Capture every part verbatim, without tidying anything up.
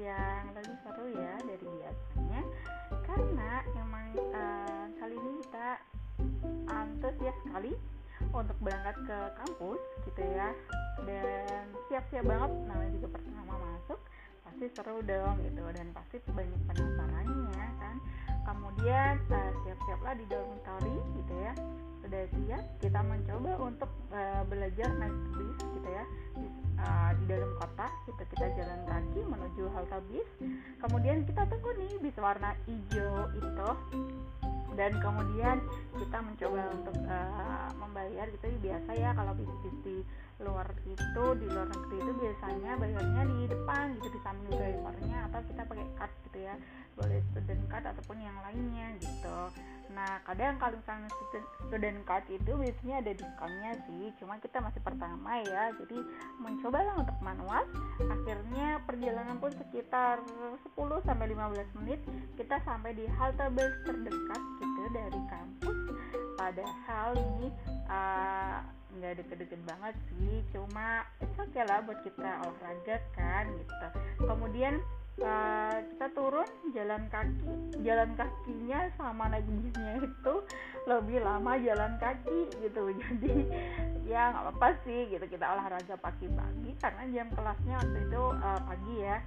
yang lebih seru ya dari biasanya, karena emang uh, kali ini kita antusias sekali untuk berangkat ke kampus gitu ya, dan siap-siap banget, namanya juga pertama masuk pasti seru dong gitu, dan pasti banyak penasarannya kan. Kemudian uh, siap-siaplah di dormitory gitu ya, sudah siap kita mencoba untuk uh, belajar naik bis gitu ya, di, uh, di dalam kota gitu. Kita jalan kaki menuju halte bis, kemudian kita tunggu nih bis warna hijau itu, dan kemudian kita mencoba untuk uh, membayar gitu. Biasa ya kalau bis-bis di luar itu, di luar negeri itu biasanya bayarnya di depan gitu, di samping drivernya, atau kita pakai card gitu ya, boleh student card ataupun yang lainnya gitu. Nah kadang kalau misalnya student card itu biasanya ada diskonnya sih, cuma kita masih pertama ya, jadi mencobalah untuk manual. Akhirnya perjalanan pun sekitar sepuluh sampai lima belas menit kita sampai di halte bus terdekat gitu dari kampus. Padahal ini uh, nggak deket-deket banget sih, cuma it's okay lah buat kita olahraga kan gitu. Kemudian uh, kita turun jalan kaki, jalan kakinya sama naik bisnya itu lebih lama jalan kaki gitu. Jadi ya nggak apa-apa sih gitu, kita olahraga pagi-pagi karena jam kelasnya waktu itu uh, pagi ya,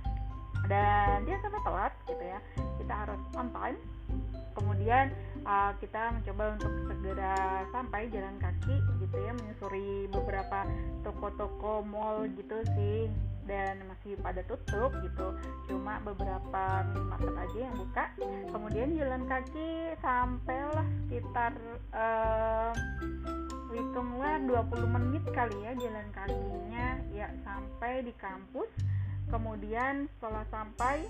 dan dia sampai telat gitu ya, kita harus on time. Kemudian uh, kita mencoba untuk segera sampai jalan kaki gitu ya, menyusuri beberapa toko-toko mall gitu sih, dan masih pada tutup gitu, cuma beberapa minimarket aja yang buka. Kemudian jalan kaki sampailah sekitar uh, hitunglah dua puluh menit kali ya jalan kakinya ya sampai di kampus. Kemudian setelah sampai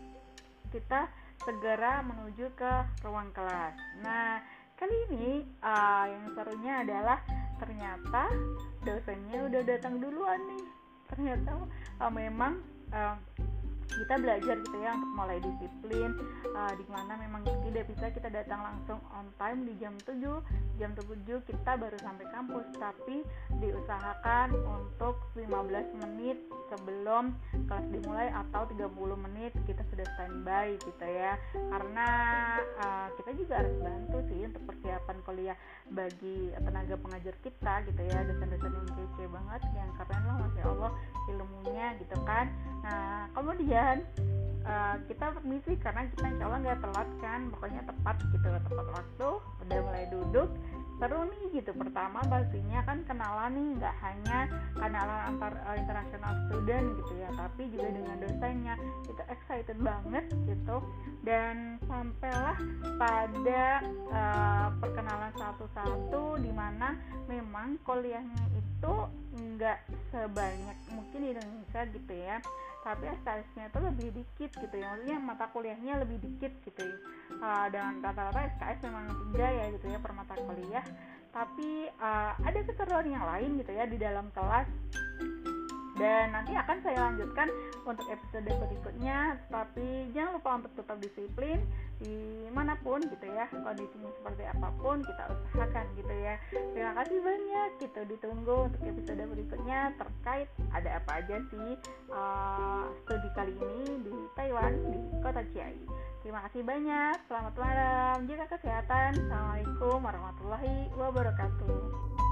kita segera menuju ke ruang kelas. Nah kali ini uh, yang serunya adalah ternyata dosennya udah datang duluan nih. Ternyata uh, memang uh, kita belajar gitu ya untuk mulai disiplin, uh, dimana memang tidak bisa kita datang langsung on time di jam tujuh, jam tujuh kita baru sampai kampus, tapi diusahakan untuk lima belas menit sebelum kelas dimulai atau tiga puluh menit kita sudah standby gitu ya, karena uh, kita juga harus bantu sih untuk persiapan kuliah bagi tenaga pengajar kita gitu ya, dosen-dosen yang kece banget, yang keren lah masya Allah ilmunya gitu kan. Nah kemudian uh, kita permisi karena kita insya Allah nggak telat kan, pokoknya tepat gitu, tepat waktu, udah mulai duduk. Seru nih gitu, pertama pastinya kan kenalan nih, nggak hanya kenalan antar uh, international student gitu ya, tapi juga dengan dosennya. Kita excited banget gitu, dan sampailah pada uh, perkenalan satu-satu, dimana memang kuliahnya itu nggak sebanyak mungkin di Indonesia gitu ya, tapi S K S-nya itu lebih dikit gitu ya, maksudnya mata kuliahnya lebih dikit gitu ya. Uh, dengan rata-rata S K S memang tiga ya gitu ya per mata kuliah, tapi uh, ada keseruan yang lain gitu ya di dalam kelas, dan nanti akan saya lanjutkan untuk episode berikutnya. Tapi jangan lupa untuk tetap disiplin dimanapun gitu ya, kondisinya seperti apapun kita usahakan gitu ya. Terima kasih banyak gitu, ditunggu untuk episode berikutnya terkait ada apa aja sih uh, studi kali ini di Taiwan, di kota Chiai. Terima kasih banyak, selamat malam, jaga kesehatan. Assalamualaikum warahmatullahi wabarakatuh.